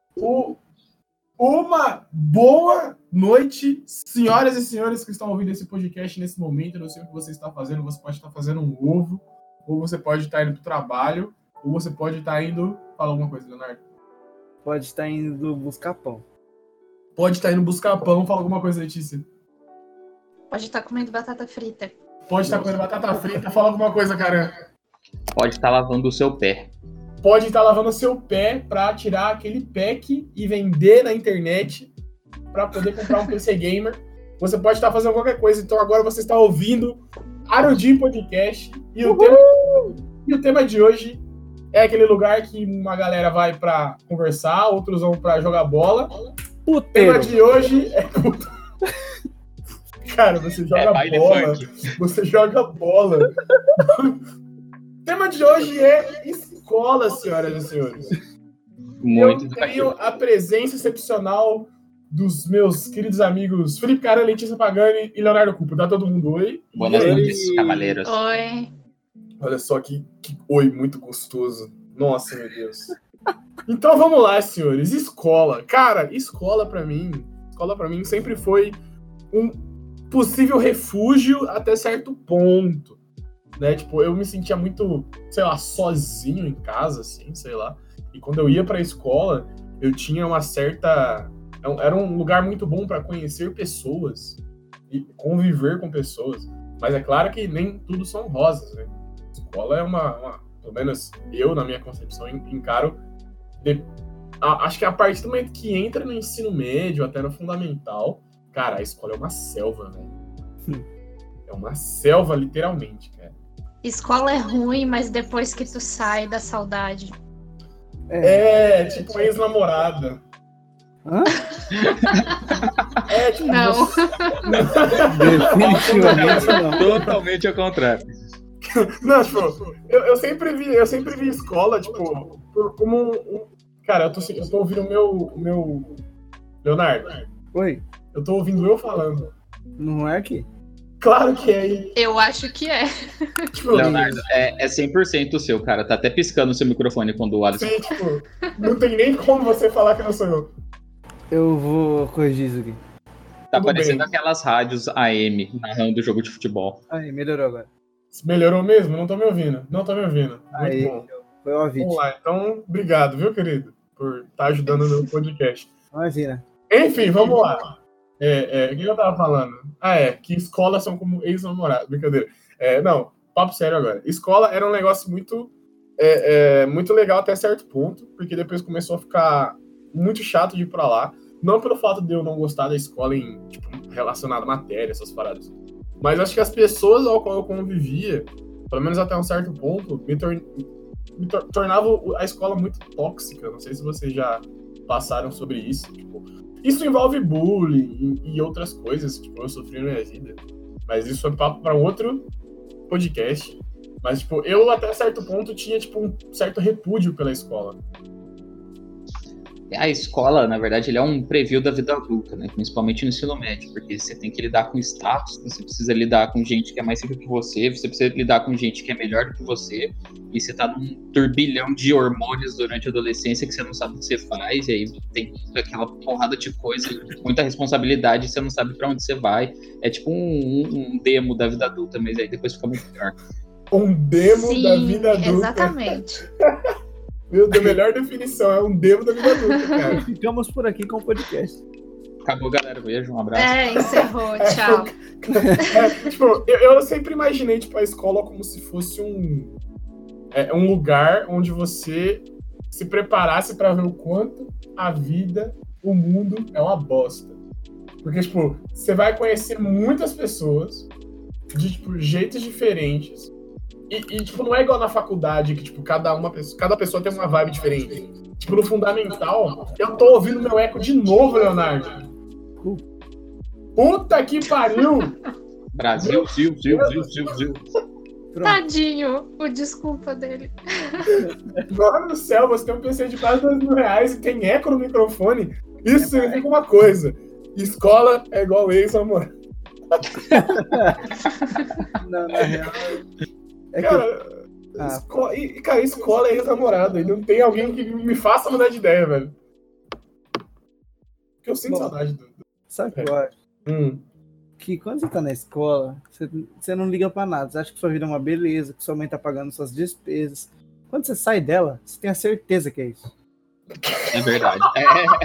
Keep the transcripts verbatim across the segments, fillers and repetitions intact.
O, uma boa noite, senhoras e senhores que estão ouvindo esse podcast nesse momento. Eu não sei o que você está fazendo. Você pode estar fazendo um ovo, ou você pode estar indo para o trabalho, ou você pode estar indo... Fala alguma coisa, Leonardo. Pode estar indo buscar pão. Pode estar indo buscar pão. Fala alguma coisa, Letícia. Pode estar comendo batata frita. Pode estar comendo batata frita. Fala alguma coisa, cara. Pode estar lavando o seu pé. Pode estar lavando o seu pé para tirar aquele pack e vender na internet para poder comprar um P C Gamer. Você pode estar fazendo qualquer coisa. Então agora você está ouvindo Arodin Podcast. E o, tema, e o tema de hoje é aquele lugar que uma galera vai para conversar, outros vão para jogar bola. O tema de hoje é... Cara, você joga é bola. Você joga bola. O tema de hoje é escola, senhoras e senhores. Muito Eu tenho a presença excepcional dos meus queridos amigos Felipe Cara, Letícia Pagani e Leonardo Cupo. Dá todo mundo oi. Boa noite, cavaleiros. Oi. Olha só que, que oi muito gostoso. Nossa, meu Deus. Então vamos lá, senhores. Escola. Cara, escola pra mim, escola pra mim sempre foi um possível refúgio até certo ponto. Né? Tipo, eu me sentia muito, sei lá, sozinho em casa, assim, sei lá. E quando eu ia pra escola, eu tinha uma certa... Era um lugar muito bom para conhecer pessoas e conviver com pessoas. Mas é claro que nem tudo são rosas, né? Escola é uma... uma pelo menos eu, na minha concepção, encaro... De, a, acho que a partir do momento que entra no ensino médio, até no fundamental, cara, a escola é uma selva, velho. É uma selva, literalmente, cara. Escola é ruim, mas depois que tu sai da saudade. É, é tipo ex-namorada. Hã? É, tipo, não. Você... Definitivamente não. Totalmente ao contrário. Não, tipo, eu, eu, sempre vi, eu sempre vi escola, tipo, por, como um, um... Cara, eu tô, eu tô ouvindo o meu, o meu... Leonardo. Oi. Eu tô ouvindo eu falando. Não é aqui? Claro que é. Eu acho que é. Tipo, Leonardo, é, é cem por cento o seu, cara. Tá até piscando o seu microfone quando o Alisson... Sim, tipo, não tem nem como você falar que não sou eu. Eu vou corrigir isso aqui. Tá Tudo parecendo bem. aquelas rádios A M narrando o jogo de futebol. Aí, melhorou agora. Melhorou mesmo? Não tô me ouvindo. Não tô me ouvindo. Muito Aí, bom. foi o ouvinte. Vamos lá. Então, obrigado, viu, querido? Por estar ajudando no podcast. Imagina. Enfim, vamos lá. É, é, o que eu tava falando? Ah, é, que escolas são como ex-namorados. Brincadeira. É, não, papo sério agora. Escola era um negócio muito, é, é, muito legal até certo ponto, porque depois começou a ficar muito chato de ir pra lá. Não pelo fato de eu não gostar da escola em, tipo, relacionado à matéria, essas paradas. Mas acho que as pessoas ao qual eu convivia, pelo menos até um certo ponto, me, tor- me tor- tornava a escola muito tóxica. Não sei se vocês já passaram sobre isso. Tipo, isso envolve bullying e, e outras coisas que tipo, eu sofri na minha vida. Mas isso é papo para outro podcast. Mas tipo, eu até certo ponto tinha tipo, um certo repúdio pela escola. A escola, na verdade, ele é um preview da vida adulta, né? Principalmente no ensino médio, porque você tem que lidar com status, você precisa lidar com gente que é mais rica que você, você precisa lidar com gente que é melhor do que você, e você tá num turbilhão de hormônios durante a adolescência que você não sabe o que você faz, e aí tem aquela porrada de coisa, muita responsabilidade, e você não sabe pra onde você vai. É tipo um, um, um demo da vida adulta, mas aí depois fica muito pior. Um demo Sim, da vida adulta. Exatamente. Meu Deus, a melhor definição, é um demo da vida adulta, cara. Ficamos por aqui com o podcast. Acabou, galera. Beijo, um abraço. É, encerrou, tchau. É, tipo, eu, eu sempre imaginei tipo, a escola como se fosse um, é, um lugar onde você se preparasse pra ver o quanto a vida, o mundo é uma bosta. Porque, tipo, você vai conhecer muitas pessoas de, tipo, jeitos diferentes. E, e, tipo, não é igual na faculdade, que, tipo, cada, uma, cada pessoa tem uma vibe diferente. Tipo, no fundamental, eu tô ouvindo meu eco de novo, Leonardo. Puta que pariu! Brasil, Zil, Zil, Zil, Zil, Zil. Tadinho, o desculpa dele. Mano do céu, você tem um P C de quase dois mil reais e tem eco no microfone. Isso significa uma coisa. Escola é igual ex-namorado. Não, na real... É cara, que... ah. escola, e, cara, escola é ex-namorado. E não tem alguém que me faça mudar de ideia, velho. eu sinto Bom. saudade do. Sabe o que eu acho? Hum. Que quando você tá na escola, você, você não liga pra nada. Você acha que sua vida é uma beleza, que sua mãe tá pagando suas despesas. Quando você sai dela, você tem a certeza que é isso. É verdade. É,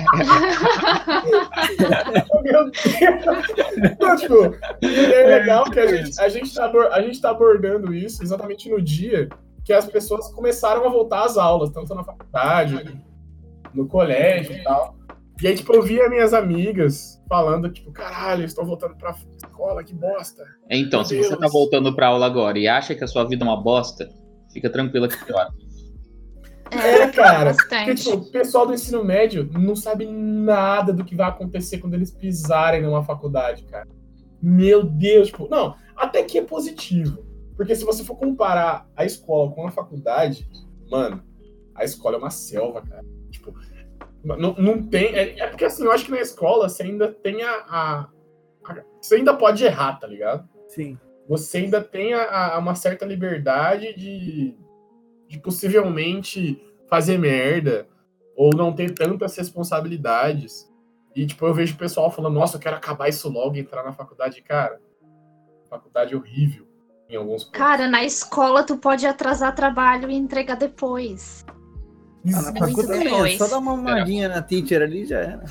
Meu Deus! Não, tipo, é legal que a gente, a, gente tá, abor- a gente tá abordando isso exatamente no dia que as pessoas começaram a voltar às aulas, tanto na faculdade, no colégio e tal. E aí, tipo, eu via minhas amigas falando, tipo, caralho, estou voltando pra escola, que bosta. Então, Meu se você Deus. tá voltando pra aula agora e acha que a sua vida é uma bosta, fica tranquila que pior. É, cara, porque, bastante. tipo, o pessoal do ensino médio não sabe nada do que vai acontecer quando eles pisarem numa faculdade, cara. Meu Deus, tipo, não, até que é positivo. Porque se você for comparar a escola com a faculdade, mano, a escola é uma selva, cara. Tipo, não, não tem. É, é porque assim, eu acho que na escola você ainda tem a, a- a- Você ainda pode errar, tá ligado? Sim. Você ainda tem a, a- uma certa liberdade de, de possivelmente fazer merda ou não ter tantas responsabilidades. E, tipo, eu vejo o pessoal falando, nossa, eu quero acabar isso logo e entrar na faculdade. Cara, faculdade é horrível em alguns pontos. Cara, na escola tu pode atrasar trabalho e entregar depois. Ah, na Muito faculdade também, é depois. só dar uma mamadinha na teacher ali já era.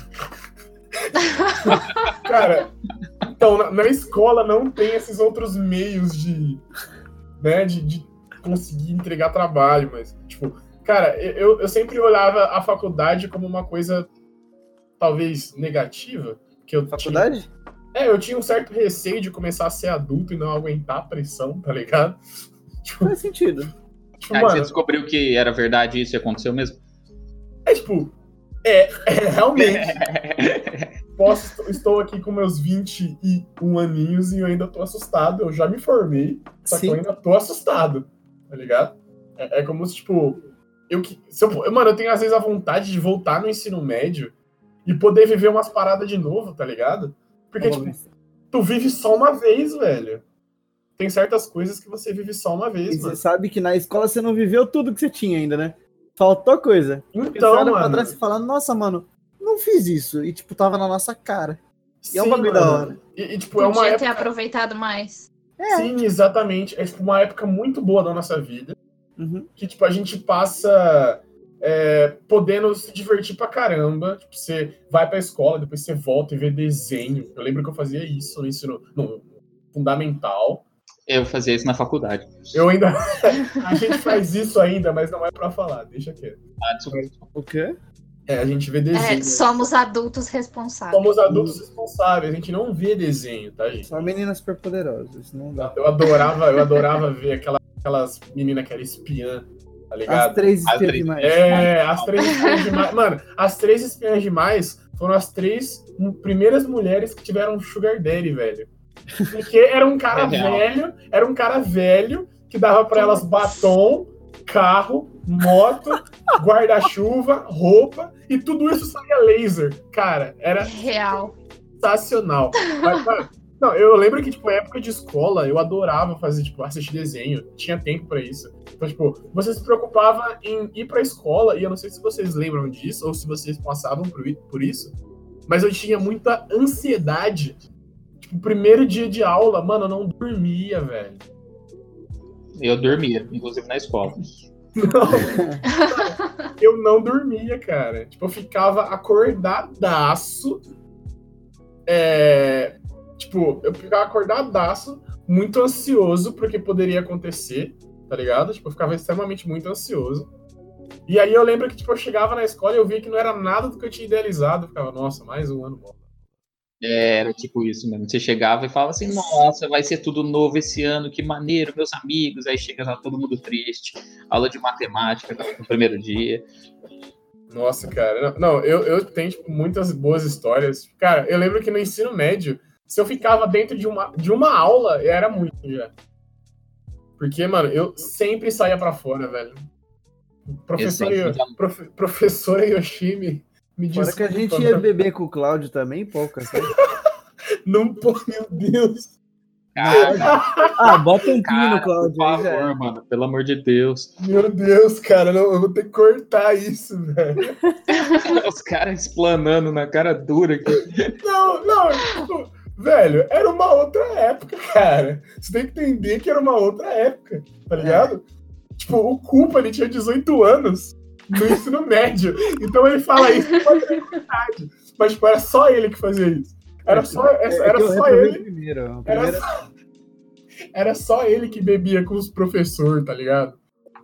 Cara, então, na, na escola não tem esses outros meios de, né, de, de conseguir entregar trabalho, mas, tipo, cara, eu, eu sempre olhava a faculdade como uma coisa talvez negativa. Que eu Faculdade? Tinha, é, eu tinha um certo receio de começar a ser adulto e não aguentar a pressão, tá ligado? Tipo, Faz sentido. tipo Aí você mano, descobriu que era verdade isso e aconteceu mesmo? é tipo, é, é realmente. Posso, estou aqui com meus vinte e um aninhos e eu ainda tô assustado. Eu já me formei, só que eu Sim. ainda tô assustado, tá ligado? É, é como se, tipo, eu que. Se eu, mano, eu tenho às vezes a vontade de voltar no ensino médio e poder viver umas paradas de novo, tá ligado? Porque, Vamos tipo, ver. tu vive só uma vez, velho. Tem certas coisas que você vive só uma E vez, você mano. sabe que na escola você não viveu tudo que você tinha ainda, né? Faltou coisa. Porque você Então, olha pra mano. trás e fala, nossa, mano, não fiz isso. E, tipo, tava na nossa cara. E é um sim, bagulho da mano. hora. E, e, tipo, é uma Podia ter época. aproveitado mais. Sim, exatamente. É tipo uma época muito boa da nossa vida. Uhum. Que, tipo, a gente passa é, podendo se divertir pra caramba. Tipo, você vai pra escola, depois você volta e vê desenho. Eu lembro que eu fazia isso no ensino no fundamental. Eu fazia isso na faculdade. Eu ainda... a gente faz isso ainda, mas não é pra falar. Deixa quieto. Ah, desculpa. O quê? É, a gente vê desenho. É, somos adultos responsáveis. Somos adultos responsáveis. A gente não vê desenho, tá, gente? Só meninas superpoderosas. Não dá. Eu adorava, eu adorava ver aquela, aquelas meninas que eram espiã, tá ligado? As três As espiãs três. demais. É, as três espiãs demais. Mano, as três espiãs demais foram as três primeiras mulheres que tiveram sugar daddy, velho. Porque era um cara É real. velho, era um cara velho que dava pra elas batom, carro, moto, guarda-chuva, roupa, e tudo isso saía laser. Cara, era Real. sensacional. Mas, mano, não, eu lembro que, tipo, época de escola, eu adorava fazer, tipo, assistir desenho. Tinha tempo pra isso. Então, tipo, você se preocupava em ir pra escola, e eu não sei se vocês lembram disso, ou se vocês passavam por, i- por isso, mas eu tinha muita ansiedade. Tipo, primeiro dia de aula, mano, eu não dormia, velho. Eu dormia, inclusive na escola. Não. Eu não dormia, cara. Tipo, eu ficava acordadaço. É... Tipo, eu ficava acordadaço, muito ansioso pro que poderia acontecer, tá ligado? Tipo, eu ficava extremamente muito ansioso. E aí eu lembro que, tipo, eu chegava na escola e eu via que não era nada do que eu tinha idealizado. Eu ficava, nossa, mais um ano bom. É, era tipo isso mesmo. Você chegava e falava assim, nossa, vai ser tudo novo esse ano, que maneiro, meus amigos. Aí chega lá todo mundo triste. Aula de matemática no primeiro dia. Nossa, cara. Não, não, eu, eu tenho, tipo, muitas boas histórias. Cara, eu lembro que no ensino médio, se eu ficava dentro de uma, de uma aula, era muito já. Porque, mano, eu sempre saía pra fora, velho. Professora, Esse aí, prof, professora Yoshimi, me Fora desculpa. que a gente ia beber com o Cláudio também, poucas. Né? Não, pô, meu Deus. Cara, Ah, bota um pino no cara, por Cláudio aí, favor, velho. mano, pelo amor de Deus. Meu Deus, cara, não, eu vou ter que cortar isso, velho. Os caras explanando na cara dura aqui. Não, não, tipo, velho, era uma outra época, cara. Você tem que entender que era uma outra época, tá ligado? Tipo, o Culpa, ele tinha dezoito anos no ensino médio. Então ele fala isso com uma tranquilidade. Mas, tipo, era só ele que fazia isso. Era só, É, é era que eu só reprovei ele. Primeiro. Era Primeiro... só, era só ele que bebia com os professores, tá ligado?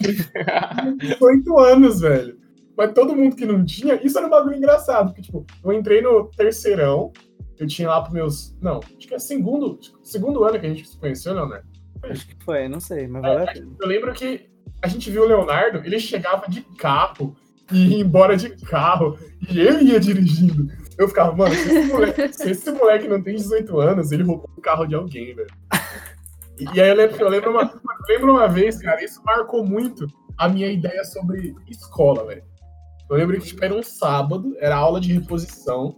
dezoito anos, velho. Mas todo mundo que não tinha, isso era um bagulho engraçado, porque, tipo, eu entrei no terceirão, eu tinha lá pros meus, não, acho que é segundo, segundo ano que a gente se conheceu, Leonardo. Acho que foi, não sei, mas valeu a É, pena. eu lembro que a gente viu o Leonardo, ele chegava de carro e ia embora de carro, e ele ia dirigindo. Eu ficava, mano, se esse moleque, se esse moleque não tem dezoito anos, ele roubou o carro de alguém, velho. E, e aí eu lembro, eu lembro uma, eu lembro uma vez, cara, isso marcou muito a minha ideia sobre escola, velho. Eu lembro que, tipo, era um sábado, era aula de reposição.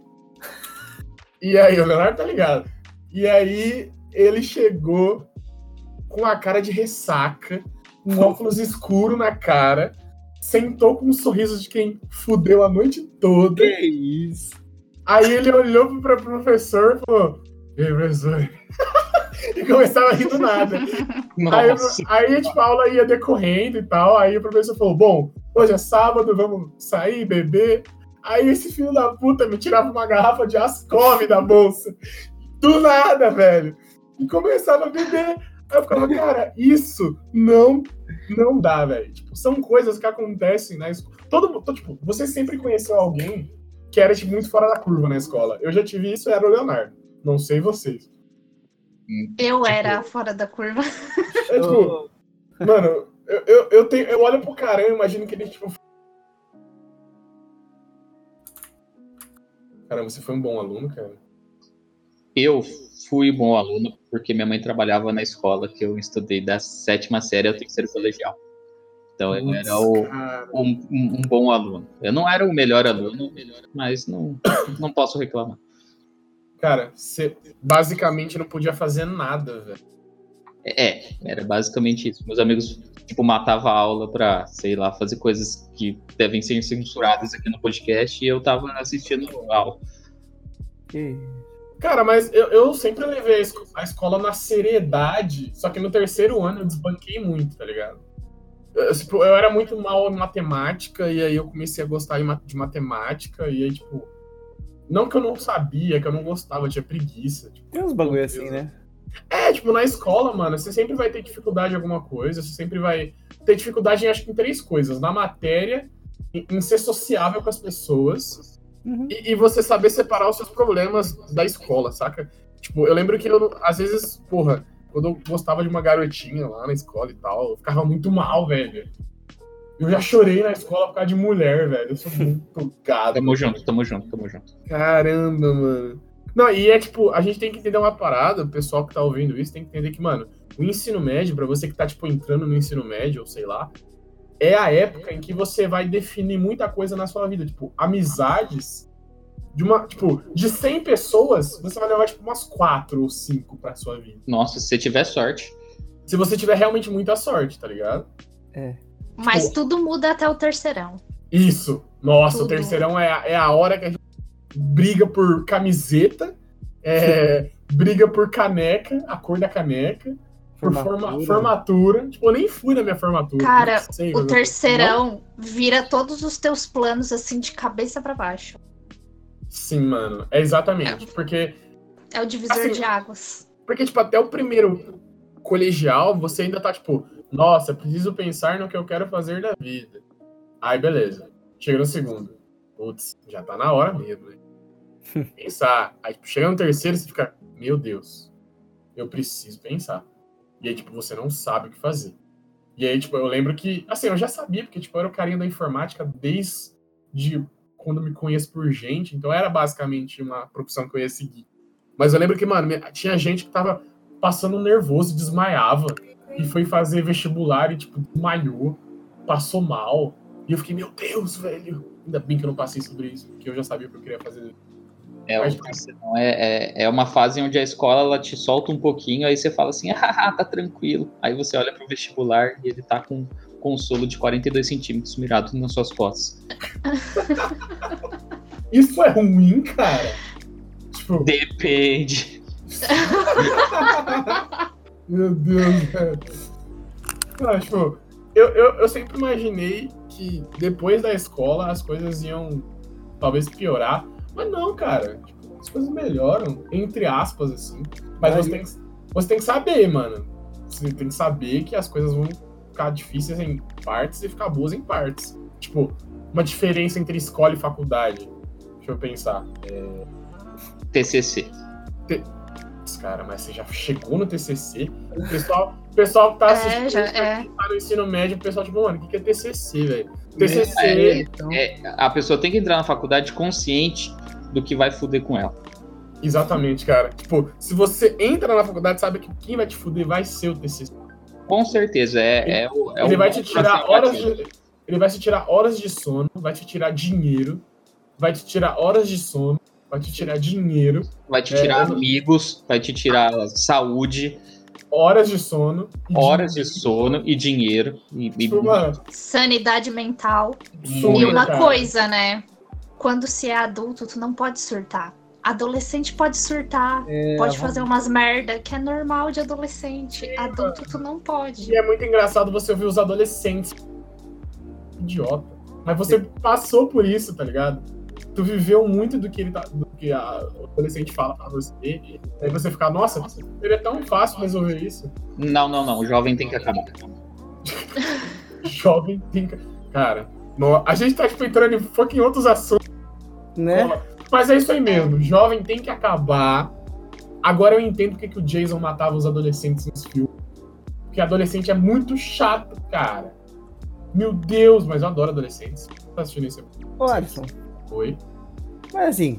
E aí, o Leonardo tá ligado. E aí, ele chegou com a cara de ressaca, um óculos escuro na cara, sentou com um sorriso de quem fudeu a noite toda. Que isso? Aí ele olhou pro professor e falou: "E aí, professor?" E começava a rir do nada. Aí, Nossa. aí, tipo, a aula ia decorrendo e tal. Aí o professor falou: "Bom, hoje é sábado, vamos sair, beber." Aí esse filho da puta me tirava uma garrafa de Ascov da bolsa. Do nada, velho. E começava a beber. Aí eu ficava, cara, isso não, não dá, velho. Tipo, são coisas que acontecem na escola. Todo mundo, tipo, você sempre conheceu alguém que era, tipo, muito fora da curva na escola. Eu já tive isso, era o Leonardo. Não sei vocês. Eu Tipo, era fora da curva. É, tipo, mano, eu, eu, eu, tenho, eu olho pro cara, eu imagino que ele, tipo... Caramba, você foi um bom aluno, cara? Eu fui bom aluno porque minha mãe trabalhava na escola que eu estudei da sétima série ao terceiro colegial. Então eu era o, um, um, um bom aluno. Eu não era o melhor aluno, mas não, não posso reclamar. Cara, você basicamente não podia fazer nada, velho. É, era basicamente isso. Meus amigos, tipo, matavam a aula pra, sei lá, fazer coisas que devem ser censuradas aqui no podcast e eu tava assistindo a aula. Que... Cara, mas eu, eu sempre levei a, esco- a escola na seriedade, só que no terceiro ano eu desbanquei muito, tá ligado? Eu, tipo, eu era muito mal em matemática, e aí eu comecei a gostar de, ma- de matemática, e aí, tipo... Não que eu não sabia, que eu não gostava, eu tinha preguiça. Tipo, Tem uns bagulho assim, né? É, tipo, na escola, mano, você sempre vai ter dificuldade em alguma coisa, você sempre vai ter dificuldade em, acho que, em três coisas. Na matéria, em, em ser sociável com as pessoas, Uhum. e, e você saber separar os seus problemas da escola, saca? Tipo, eu lembro que eu, às vezes, porra, quando eu gostava de uma garotinha lá na escola e tal, eu ficava muito mal, velho. Eu já chorei na escola por causa de mulher, velho. Eu sou muito gado. Tamo junto, tamo junto, tamo junto. Caramba, mano. Não, e é tipo, a gente tem que entender uma parada, o pessoal que tá ouvindo isso tem que entender que, mano, o ensino médio, pra você que tá, tipo, entrando no ensino médio, ou sei lá, é a época em que você vai definir muita coisa na sua vida. Tipo, amizades, de uma, tipo, de cem pessoas, você vai levar, tipo, umas quatro ou cinco pra sua vida. Nossa, se você tiver sorte. Se você tiver realmente muita sorte, tá ligado? É. Mas Tipo, tudo muda até o terceirão. Isso. Nossa, Tudo. o terceirão é a, é a hora que a gente briga por camiseta, é, briga por caneca, a cor da caneca, por forma- Formatura. formatura. Tipo, eu nem fui na minha formatura. Cara, não sei, o mas- terceirão vira todos os teus planos assim de cabeça pra baixo. Sim, mano. É exatamente. Porque, É o divisor Assim, de águas. porque, tipo, até o primeiro colegial, você ainda tá, tipo, nossa, preciso pensar no que eu quero fazer da vida. Aí, beleza. Chega no segundo. Putz, já tá na hora mesmo, né? Pensar. Aí, tipo, chega no terceiro, você fica, meu Deus, eu preciso pensar. E aí, tipo, você não sabe o que fazer. E aí, tipo, eu lembro que, assim, eu já sabia, porque, tipo, eu era o carinha da informática desde quando me conheço por gente, então era basicamente uma profissão que eu ia seguir. Mas eu lembro que, mano, tinha gente que tava passando nervoso, desmaiava, e foi fazer vestibular e, tipo, desmaiou, passou mal. E eu fiquei, meu Deus, velho. Ainda bem que eu não passei sobre isso, porque eu já sabia o que eu queria fazer. É, o terceirão é, é, é uma fase onde a escola ela te solta um pouquinho, aí você fala assim, ah, tá tranquilo. Aí você olha pro vestibular e ele tá com um consolo de quarenta e dois centímetros mirado nas suas costas. Isso é ruim, cara? Tipo... Depende. Meu Deus, velho. Ah, tipo, eu, eu, eu sempre imaginei que depois da escola as coisas iam talvez piorar. Mas não, cara. Tipo, as coisas melhoram, entre aspas, assim. Mas você tem, que, você tem que saber, mano. Você tem que saber que as coisas vão ficar difíceis em partes e ficar boas em partes. Tipo, uma diferença entre escola e faculdade. Deixa eu pensar. É... T C C. T... Cara, mas você já chegou no T C C? O pessoal, o pessoal que tá assistindo, é, já, é. tá no ensino médio, o pessoal tipo, mano, o que é T C C, velho? T C C... É, então... é, a pessoa tem que entrar na faculdade consciente do que vai fuder com ela. Exatamente, cara. Tipo, se você entra na faculdade, sabe que quem vai te fuder vai ser o T C C. Com certeza, é, ele, é o... É ele o vai te tirar horas de... Ele vai te tirar horas de sono, vai te tirar dinheiro, vai te tirar horas de sono, vai te tirar dinheiro. Vai te tirar é, amigos, vai te tirar saúde. Horas de sono. Horas dinheiro. de sono e dinheiro. E, tipo, e... Mano, sanidade mental. Super, e uma cara. coisa, né? Quando se é adulto, tu não pode surtar. Adolescente pode surtar, é, pode fazer umas merda, que é normal de adolescente. É, adulto, tu não pode. E é muito engraçado você ouvir os adolescentes. Idiota. Mas você passou por isso, tá ligado? Tu viveu muito do que, ele tá, do que a, o adolescente fala pra você. E aí você fica, nossa, seria tão fácil resolver isso. Não, não, não. O jovem tem que acabar. Jovem tem que... Cara, no... a gente tá tipo, entrando em fucking outros assuntos. Né? Mas é isso aí mesmo. Jovem tem que acabar. Agora eu entendo porque que o Jason matava os adolescentes nos filmes. Porque adolescente é muito chato, cara. Meu Deus, mas eu adoro adolescentes. Tá assistindo isso? Ô, Alisson. Oi? Mas assim...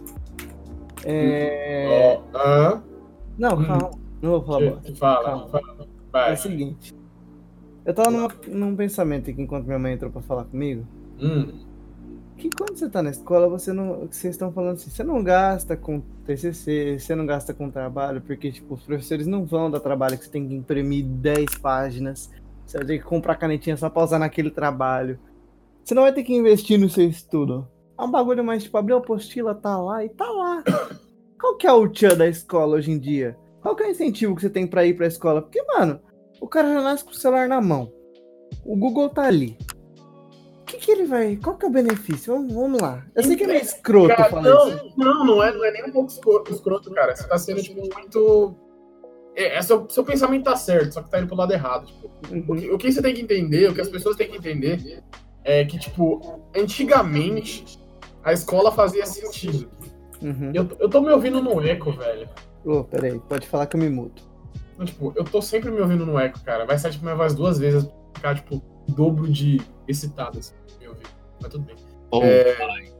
É... Oh, uh, não, hum. calma. Não vou falar bosta. Fala, calma. fala. Vai. É o seguinte. Eu tava numa, num pensamento aqui enquanto minha mãe entrou pra falar comigo. Hum. Que quando você tá na escola, você não. Vocês estão falando assim, você não gasta com T C C, você não gasta com trabalho, porque tipo, os professores não vão dar trabalho que você tem que imprimir dez páginas. Você vai ter que comprar canetinha só pra usar naquele trabalho. Você não vai ter que investir no seu estudo. É um bagulho mais tipo, abrir a apostila, tá lá e tá lá. Qual que é o tchan da escola hoje em dia? Qual que é o incentivo que você tem pra ir pra escola? Porque, mano, o cara já nasce com o celular na mão. O Google tá ali. O que que ele vai... Qual que é o benefício? Vamos, vamos lá. Eu sei que é meio escroto cara, falar não, isso. Não, não é, não é nem um pouco escroto, cara. Você tá sendo, tipo, muito... É, é seu, seu pensamento tá certo, só que tá indo pro lado errado. Tipo. Uhum. O, que, o que você tem que entender, o que as pessoas têm que entender é que, tipo, antigamente a escola fazia sentido. Uhum. Eu, eu tô me ouvindo no eco, velho. Ô, oh, peraí, pode falar que eu me mudo. Então, tipo, eu tô sempre me ouvindo no eco, cara. Vai sair, tipo, minha voz duas vezes, ficar, tipo, o dobro de excitado, assim, me ouvir. Mas tudo bem. Oh, é...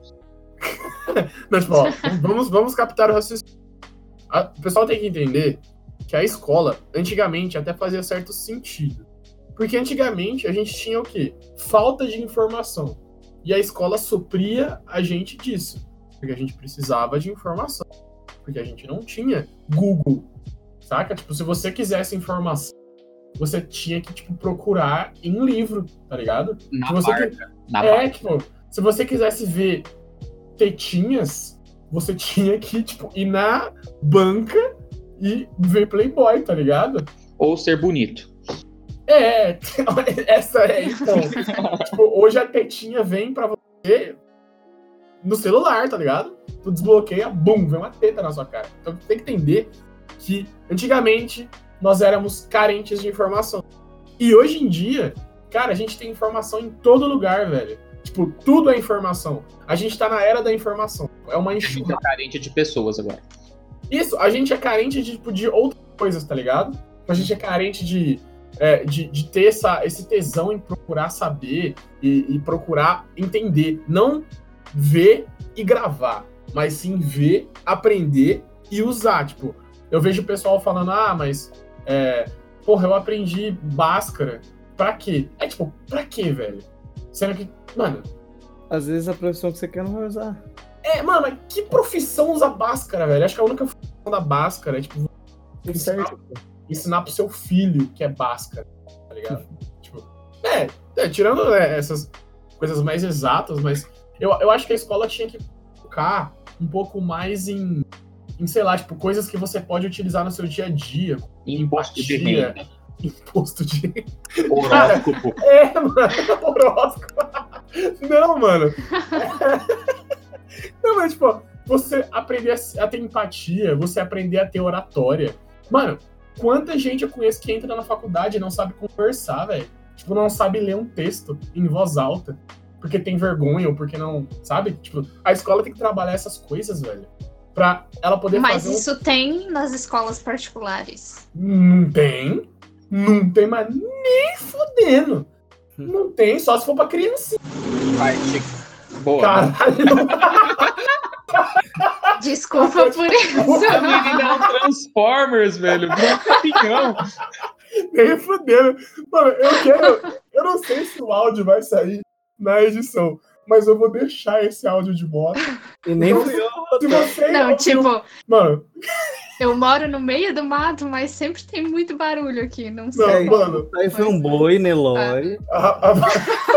Não, tipo, ó, vamos, vamos captar o raciocínio. A, o pessoal tem que entender que a escola, antigamente, até fazia certo sentido. Porque antigamente a gente tinha o quê? Falta de informação. E a escola supria a gente disso. Porque a gente precisava de informação. Porque a gente não tinha Google. Saca? Tipo, se você quisesse informação, você tinha que, tipo, procurar em livro, tá ligado? Na se você marca. Que... Na é, marca. tipo, se você quisesse ver tetinhas, você tinha que, tipo, ir na banca e ver Playboy, tá ligado? Ou ser bonito. É, essa é, então. Tipo, hoje a tetinha vem pra você no celular, tá ligado? Tu desbloqueia, bum, vem uma teta na sua cara. Então tu tem que entender que antigamente nós éramos carentes de informação. E hoje em dia, cara, a gente tem informação em todo lugar, velho. Tipo, tudo é informação. A gente tá na era da informação. É uma A gente enxurrada. é carente de pessoas agora. Isso, a gente é carente de, tipo, de outras coisas, tá ligado? A gente é carente de, é, de, de ter essa, esse tesão em procurar saber e, e procurar entender. Não ver e gravar, mas sim ver, aprender e usar. Tipo, eu vejo o pessoal falando, ah, mas, é, porra, eu aprendi Bhaskara. Pra quê? É tipo, pra quê, velho? Sendo que, mano... Às vezes a profissão que você quer não vai usar. É, mano, que profissão usa Bhaskara, velho? Acho que a única função da Bhaskara é, tipo, ensinar, ensinar pro seu filho que é Bhaskara, tá ligado? tipo, é, é, tirando é, essas coisas mais exatas, mas eu, eu acho que a escola tinha que focar um pouco mais em, em, sei lá, tipo, coisas que você pode utilizar no seu dia a dia. Imposto de renda. Imposto de renda. Horóscopo. Cara, é, mano, horóscopo. Não, mano. Não, mas, tipo, você aprender a ter empatia, você aprender a ter oratória. Mano, quanta gente eu conheço que entra na faculdade e não sabe conversar, velho. Tipo, não sabe ler um texto em voz alta, porque tem vergonha ou porque não, sabe? Tipo, a escola tem que trabalhar essas coisas, velho. Pra ela poder Mas fazer... Mas isso um... tem nas escolas particulares. Não tem. Não tem, mas nem fodendo. Não tem, só se for pra criancinha. Vai, Chico. Boa. Caralho. Desculpa por isso. A menina é um Transformers, velho. Caminhão. Nem fudendo. Mano, eu quero... Eu não sei se o áudio vai sair na edição, mas eu vou deixar esse áudio de moto. E nem fui eu. Se você Não, ouviu... tipo... Mano... Eu moro no meio do mato, mas sempre tem muito barulho aqui, não sei. Não, É, mano... Aí foi um boi, Nelore. A, a...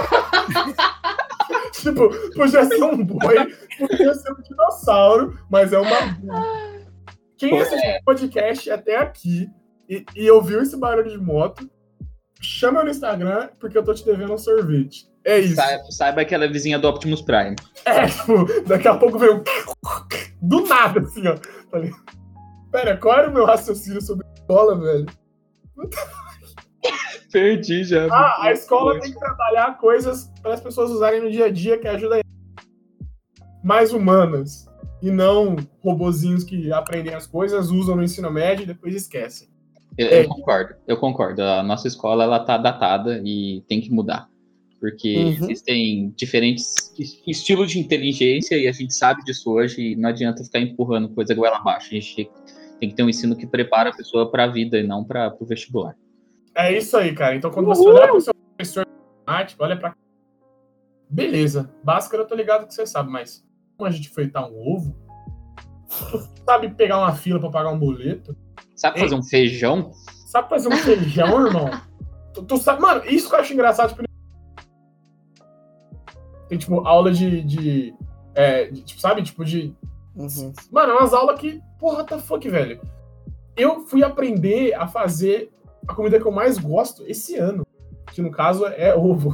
tipo, podia ser um boi, podia ser um dinossauro, mas é uma... Quem assistiu o podcast até aqui e, e ouviu esse barulho de moto, chama no Instagram, porque eu tô te devendo um sorvete. É isso. Saiba, saiba que ela é vizinha do Optimus Prime. É, tipo, daqui a pouco veio um... Do nada, assim, ó. Tá ligado? Pera, qual era o meu raciocínio sobre escola, velho? Perdi já. Ah, a escola tem que trabalhar coisas para as pessoas usarem no dia a dia que ajudam mais humanas. E não robozinhos que aprendem as coisas, usam no ensino médio e depois esquecem. Eu, É. eu concordo, eu concordo. A nossa escola, ela tá datada e tem que mudar. Porque Uhum. existem diferentes estilos de inteligência e a gente sabe disso hoje e não adianta ficar empurrando coisa goela abaixo. A gente tem que ter um ensino que prepara a pessoa para a vida e não para o vestibular. É isso aí, cara. Então, quando você olhar para o seu professor de matemática, olha para... Beleza. Bhaskara, eu tô ligado que você sabe, mas como a gente fritar um ovo? Tu sabe pegar uma fila para pagar um boleto? Sabe fazer Ei. um feijão? Sabe fazer um feijão, irmão? Tu, tu sabe... Mano, isso que eu acho engraçado. Tipo, tem, tipo, aula de... de, é, de tipo, sabe? Tipo, de... Uhum. Mano, é umas aulas que... Porra, what the fuck, velho? Eu fui aprender a fazer a comida que eu mais gosto esse ano. Que, no caso, é ovo.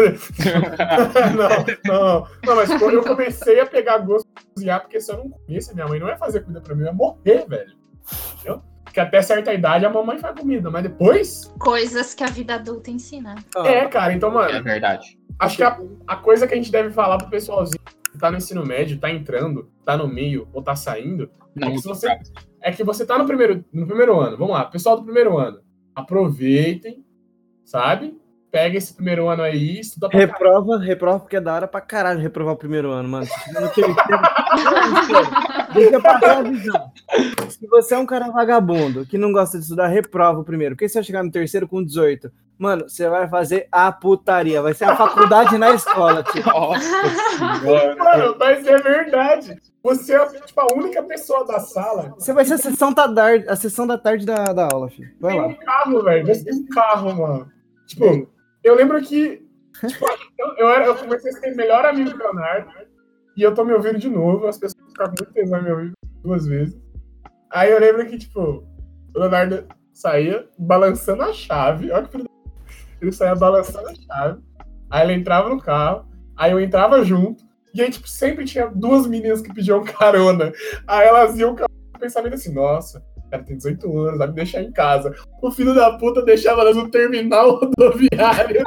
não, não. Não, mas quando eu comecei a pegar gosto de cozinhar, porque se eu não comesse, minha mãe não ia fazer comida pra mim, eu ia morrer, velho. Entendeu? Porque até certa idade a mamãe faz comida, mas depois... Coisas que a vida adulta ensina. É, cara, então, mano... É verdade. Acho que a, a coisa que a gente deve falar pro pessoalzinho que tá no ensino médio, tá entrando, tá no meio ou tá saindo, Não, é que, se você, é que você tá no primeiro, no primeiro ano. Vamos lá, pessoal do primeiro ano. Aproveitem, sabe? Pega esse primeiro ano aí, estuda pra caralho. Reprova, reprova porque é da hora pra caralho reprovar o primeiro ano, mano. Se tiver no terceiro, deixa passar a visão. Se você é um cara vagabundo que não gosta de estudar, reprova o primeiro. Porque se você chegar no terceiro com dezoito, mano, você vai fazer a putaria. Vai ser a faculdade na escola, tipo. Nossa senhora. Mano, mas é verdade. Você é tipo, a única pessoa da sala. Você vai ser a sessão da tarde, a sessão da tarde da, da aula, filho. Vai Tem lá. um carro, velho. Você tem um carro, mano. Tipo, eu lembro que tipo, eu, eu, era, eu comecei a ser melhor amigo do Leonardo, né? E eu tô me ouvindo de novo. As pessoas ficaram muito tesão em me ouvir duas vezes. Aí eu lembro que, tipo, o Leonardo saía balançando a chave. Olha que filho da... Ele saía balançando a chave. Aí ele entrava no carro. Aí eu entrava junto. E aí, tipo, sempre tinha duas meninas que pediam carona. Aí elas iam com o pensamento assim, nossa, o cara tem dezoito anos, vai me deixar em casa. O filho da puta deixava elas no terminal rodoviário.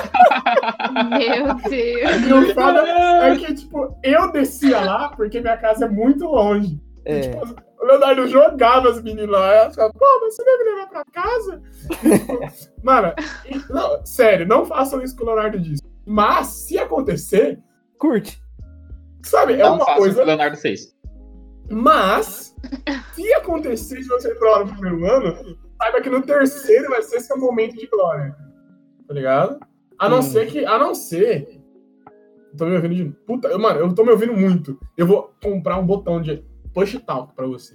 Meu Deus. E o foda é que, tipo, eu descia lá porque minha casa é muito longe. É. E, tipo, o Leonardo jogava as meninas lá. Elas ficavam, pô, mas você deve levar pra casa? Tipo, mano, e, não, sério, não façam isso que o Leonardo disse. Mas, se acontecer, Curte. sabe, é Não uma faça o que coisa... o Leonardo fez. Mas, se acontecer de você prova no primeiro ano, saiba que no terceiro vai ser seu momento de glória. Tá ligado? A não Hum. ser que, a não ser Tô me ouvindo de... Puta, eu, mano, eu tô me ouvindo muito. Eu vou comprar um botão de push talk pra você.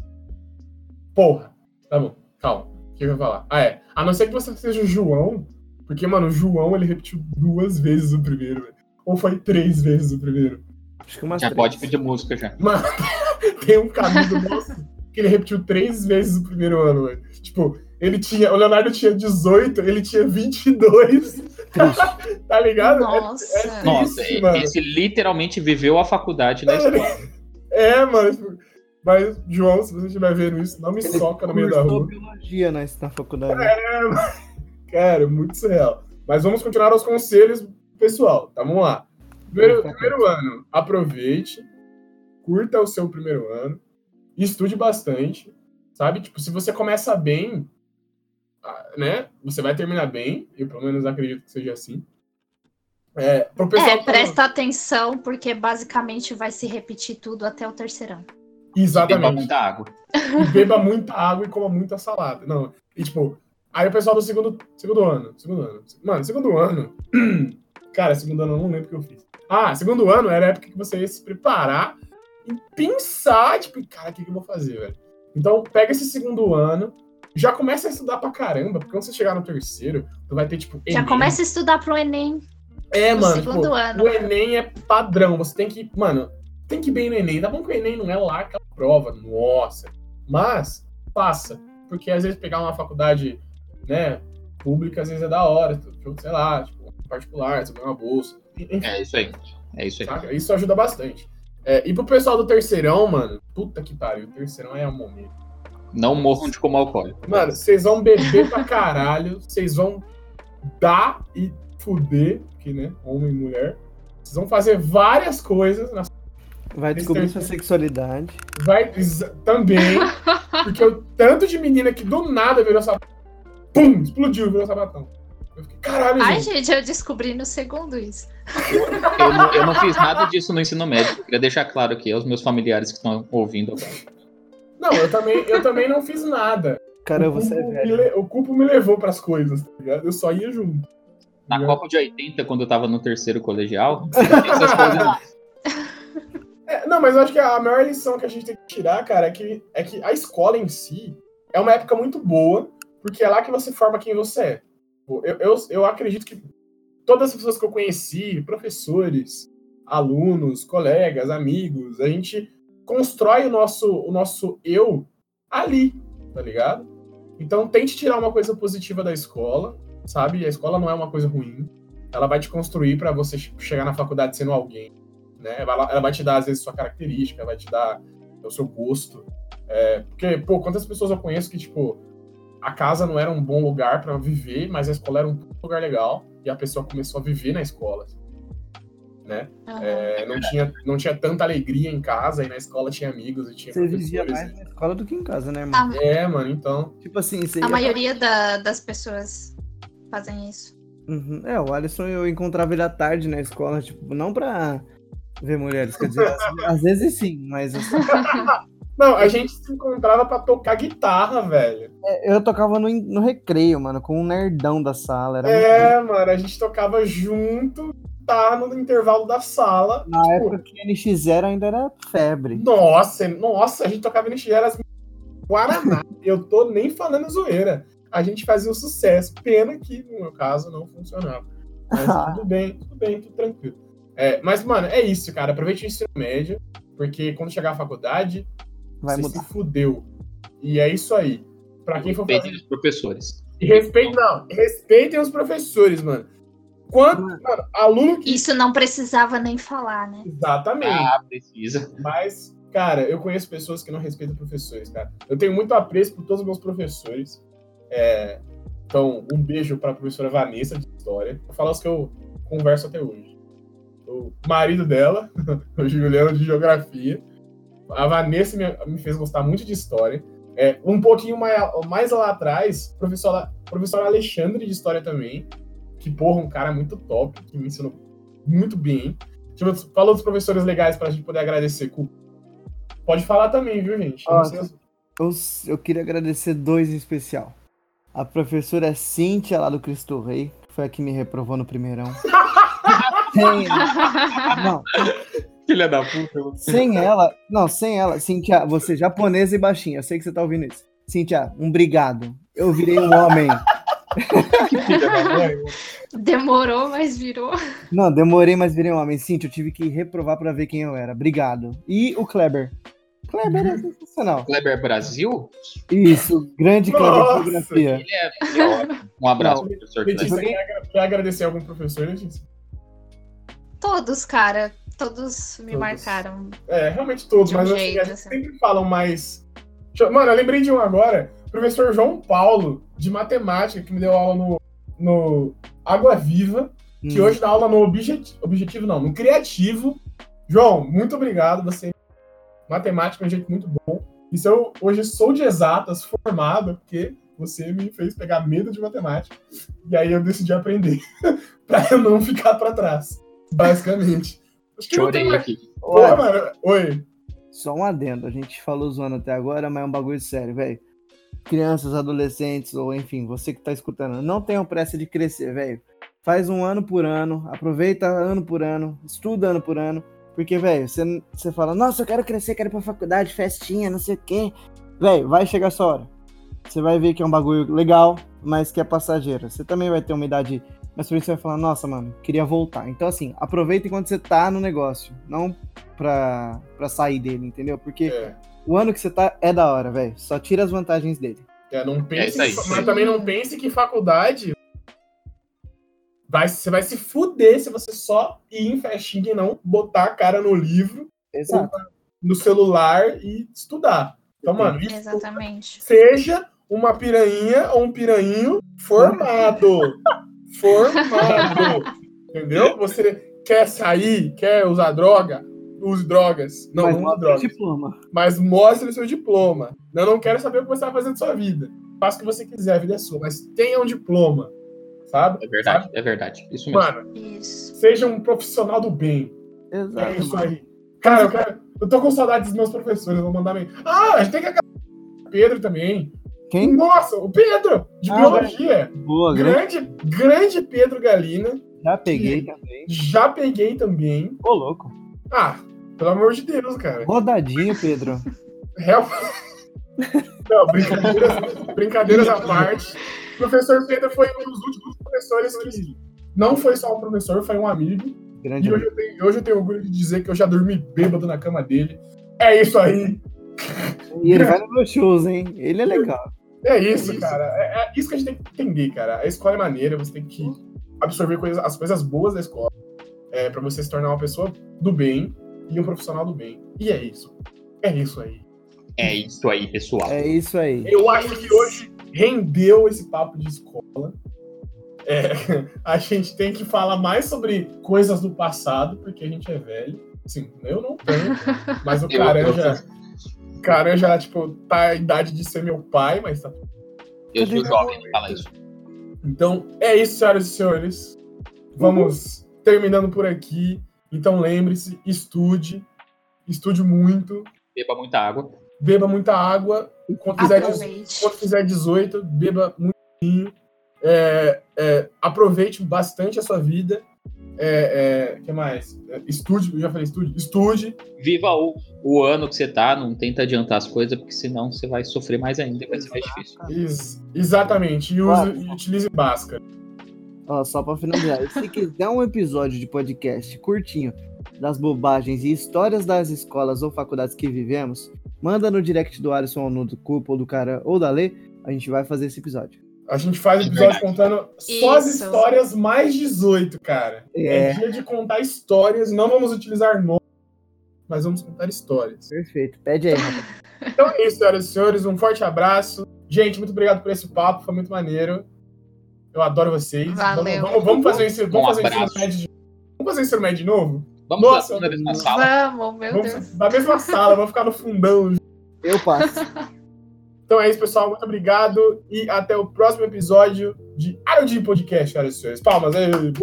Porra. Tá bom, calma. O que eu ia falar? Ah, é. A não ser que você seja o João, porque, mano, o João, ele repetiu duas vezes o primeiro, velho. Ou foi três vezes o primeiro. Acho que umas Já três. pode pedir música já. Mano, tem um caminho nosso que ele repetiu três vezes o primeiro ano, velho. Tipo, ele tinha... O Leonardo tinha dezoito, ele tinha vinte e dois. Tá ligado? Nossa. É, é Nossa, triste, mano. esse literalmente viveu a faculdade na escola. É, mano. Tipo, mas, João, se você estiver vendo isso, não me Ele soca no meio da cursou rua. biologia na, na faculdade. É, mano. Cara, muito surreal. Mas vamos continuar aos conselhos, pessoal. Tá, vamos lá. Primeiro, primeiro ano, aproveite, curta o seu primeiro ano, estude bastante, sabe? Tipo, se você começa bem, né? Você vai terminar bem, eu pelo menos acredito que seja assim. É, pro pessoal É, que tá- presta atenção, porque basicamente vai se repetir tudo até o terceirão. Beba Exatamente. muita água. E beba muita água e coma muita salada. Não, e tipo, aí o pessoal do segundo, segundo ano, segundo ano. Mano, segundo ano, cara, segundo ano eu não lembro o que eu fiz. Ah, segundo ano era a época que você ia se preparar e pensar, tipo, cara, o que, que eu vou fazer, velho? Então, pega esse segundo ano, já começa a estudar pra caramba, porque quando você chegar no terceiro, tu vai ter, tipo, Já Enem. começa a estudar pro Enem. É, no mano, segundo tipo, ano. o Enem é padrão, você tem que, mano, tem que ir bem no Enem. Tá bom que o Enem não é lá aquela prova, nossa, mas faça, porque às vezes pegar uma faculdade, né, pública, às vezes é da hora, tipo, sei lá, tipo, particular, você ganha uma bolsa, enfim, É isso aí. É isso aí. saca? Isso ajuda bastante. É, e pro pessoal do terceirão, mano, puta que pariu, o terceirão é um momento. Não morram de como alcoólico. Mano, vocês vão beber pra caralho, vocês vão dar e fuder, que, né, homem e mulher, vocês vão fazer várias coisas na Vai descobrir Esse sua terceiro- sexualidade. Vai exa- também, porque o tanto de menina que do nada virou sapatão. Pum! Explodiu, virou sapatão. Eu fiquei, caralho, Ai, gente. gente, eu descobri no segundo isso. Eu não, eu não fiz nada disso no ensino médio. Eu queria deixar claro aqui aos meus familiares que estão ouvindo agora. Não, eu também, eu também não fiz nada. Cara, o, você é culpo me velho. le- o culpo me levou pras coisas, tá ligado? Eu só ia junto. Na Né? Copa de oitenta, quando eu tava no terceiro colegial, não tinha essas coisas não. É, não, mas eu acho que a maior lição que a gente tem que tirar, cara, é que, é que a escola em si é uma época muito boa, porque é lá que você forma quem você é. Pô, Eu, eu, eu acredito que todas as pessoas que eu conheci, professores, alunos, colegas, amigos, a gente constrói o nosso, o nosso eu ali, tá ligado? Então tente tirar uma coisa positiva da escola, sabe? A escola não é uma coisa ruim. Ela vai te construir pra você chegar na faculdade sendo alguém, né? Ela ela vai te dar, às vezes, sua característica, vai te dar o seu gosto. É, porque, pô, quantas pessoas eu conheço que, tipo, a casa não era um bom lugar pra viver, mas a escola era um lugar legal, e a pessoa começou a viver na escola, né? Aham. É, não, tinha, não tinha tanta alegria em casa, e na escola tinha amigos, e tinha Você vivia professores. mais na escola do que em casa, né, irmão? Ah, É, mano, então... Tipo assim, você A ia- maioria da- das pessoas fazem isso. Uhum. É, o Alisson eu encontrava ele à tarde na escola, tipo, não pra ver mulheres, quer dizer, às, às vezes sim, mas assim, Não, a gente se encontrava pra tocar guitarra, velho. é, eu tocava no, no recreio, mano, com um nerdão da sala. Era muito- É, mano, a gente tocava junto, tá no intervalo da sala. Na tipo, época que N X zero ainda era febre. Nossa, nossa, a gente tocava em Eras Guaraná. Eu tô nem falando zoeira. A gente fazia um sucesso. Pena que, no meu caso, não funcionava. Mas tudo bem, tudo bem, tudo tranquilo. É, mas, mano, é isso, cara. Aproveite o ensino médio, porque quando chegar à faculdade, Vai você mudar. se fudeu. E é isso aí. Pra quem for fazer... Respeitem os professores. E respeite, não, respeitem os professores, mano. Quanto, mano, aluno que... Isso não precisava nem falar, né? Exatamente. Ah, precisa. Mas, cara, eu conheço pessoas que não respeitam professores, cara. Eu tenho muito apreço por todos os meus professores. É, então, um beijo pra professora Vanessa de História. Vou falar os que eu converso até hoje. O marido dela, o Juliano de Geografia. A Vanessa me, me fez gostar muito de História. É, um pouquinho mais, mais lá atrás, professora, professor Alexandre de História também. Que, porra, um cara muito top, que me ensinou muito bem. Tipo, fala dos professores legais pra gente poder agradecer. Cu. Pode falar também, viu, gente? Eu não sei as- Eu, eu queria agradecer dois em especial. A professora Cíntia, lá do Cristo Rei, que foi a que me reprovou no primeirão. Sem, não, Filha da puta. sem ela, não, sem ela, Cintia, você é japonesa e baixinha, eu sei que você tá ouvindo isso. Cintia, um obrigado. Eu virei um homem. Filha da mãe. Demorou, mas virou. Não, demorei, mas virei um homem. Cintia, eu tive que reprovar pra ver quem eu era. Obrigado. E o Kleber. Kleber é sensacional. Kleber Brasil? Isso, grande Kleber de Nossa, geografia. Ele é, ele é ótimo. Um abraço, Não. professor. Letícia, Kleber. quer, agra- quer agradecer algum professor, Letícia? Todos, cara. Todos me Todos. marcaram. É, realmente todos, De um mas assim, jeito, a gente assim. sempre falam mais. Mano, eu lembrei de um agora. Professor João Paulo, de matemática, que me deu aula no, no Água Viva, que Hum. hoje dá aula no objetivo, objetivo não, no criativo. João, muito obrigado. Você matemática é um jeito muito bom. E se eu hoje sou de exatas, formado, porque você me fez pegar medo de matemática. E aí eu decidi aprender pra eu não ficar pra trás, basicamente. Acho que não tem Chorei mais- aqui. Pô, Olha, mano, oi. só um adendo. A gente falou zoando até agora, mas é um bagulho sério, velho. Crianças, adolescentes, ou enfim, você que tá escutando, não tenham pressa de crescer, velho. Faz um ano por ano, aproveita ano por ano, estuda ano por ano. Porque, velho, você, você fala, nossa, eu quero crescer, quero ir pra faculdade, festinha, não sei o quê. Velho, vai chegar a sua hora. Você vai ver que é um bagulho legal, mas que é passageiro. Você também vai ter uma idade, mas por isso você vai falar, nossa, mano, queria voltar. Então, assim, aproveita enquanto você tá no negócio, não pra, pra sair dele, entendeu? Porque É. o ano que você tá é da hora, velho. Só tira as vantagens dele. É, não pense isso aí. que- mas também não pense que faculdade vai, você vai se fuder se você só ir em festinha e não botar a cara no livro, Exato. no celular e estudar. Então, mano, isso- Exatamente. seja uma piranha ou um piranho formado. Formado. Entendeu? Você quer sair, quer usar droga? Use drogas. Não, Mas não use mostra o drogas. diploma. Mas mostre o seu diploma. Eu não quero saber o que você vai fazer da sua vida. Faça o que você quiser, a vida é sua. Mas tenha um diploma. Sabe? É verdade, Sabe? é verdade. Isso mesmo. Mano, Isso. seja um profissional do bem. É Exato. isso aí. Cara, eu, quero... eu tô com saudade dos meus professores. Eu vou mandar mensagem. Ah, a gente tem que acabar com o Pedro também. Quem? Nossa, o Pedro, de Ah, biologia. Boa, grande. Grande, grande Pedro Galina. Já peguei também. Já peguei também. Ô, louco. Ah, pelo amor de Deus, cara. Rodadinho, Pedro. Real... Não, brincadeiras, brincadeiras à parte. O professor Pedro foi um dos últimos professores que não foi só um professor, foi um amigo. Grande. E hoje eu tenho, hoje eu tenho orgulho de dizer que eu já dormi bêbado na cama dele. É isso aí. E ele vai nos meus shows, hein? Ele é legal. É isso, cara. É, é isso que a gente tem que entender, cara. A escola é maneira, você tem que absorver coisas, as coisas boas da escola é, pra você se tornar uma pessoa do bem e um profissional do bem. E é isso. É isso aí. É isso aí, pessoal. É isso aí. Eu acho que hoje rendeu esse papo de escola. É, a gente tem que falar mais sobre coisas do passado, porque a gente é velho. Assim, eu não tenho, mas o Eu- Caran eu- já, o Caran já, tipo, tá a idade de ser meu pai, mas tá. Eu sou jovem de falar isso. Então, é isso, senhoras e senhores. Vamos terminando por aqui. Então, lembre-se, estude. Estude muito. Beba muita água. Beba muita água. Quando fizer, Aproveite. quando fizer dezoito, beba muito vinho. É, é, aproveite bastante a sua vida. É, é, que mais? É, estude, eu já falei estude. Estude. Viva o, o ano que você tá, não tenta adiantar as coisas, porque senão você vai sofrer mais ainda e vai ser mais difícil. Ex- exatamente. E, use, e utilize Bhaskara. Ó, só pra finalizar. E se quiser um episódio de podcast curtinho das bobagens e histórias das escolas ou faculdades que vivemos, manda no direct do Alisson ou no do Cupo ou do Cara ou da Lê, a gente vai fazer esse episódio. A gente faz episódio contando só as Isso. histórias mais dezoito, cara. É. É. dia de contar histórias. Não vamos utilizar nomes, mas vamos contar histórias. Perfeito. Pede aí, rapaz. Então é isso, senhoras e senhores. Um forte abraço. Gente, muito obrigado por esse papo. Foi muito maneiro. Eu adoro vocês. Valeu. Vamos, vamos, vamos fazer esse, vamos Um fazer ensino abraço. médio de... Vamos fazer ensino médio de novo? Vamos Nossa, lá, na mesma sala. Vamos, meu Vamos Deus. na mesma sala, vamos ficar no fundão. Eu passo. Então é isso, pessoal. Muito obrigado. E até o próximo episódio de Aerodinho Podcast, senhoras e senhores. Palmas. Aí. Muito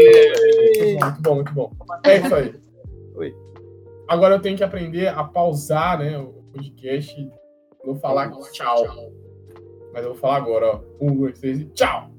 bom, muito bom. É isso aí. Oi. Agora eu tenho que aprender a pausar, né, o podcast. Vou falar tchau. Mas eu vou falar agora, ó. Um, dois, três e tchau!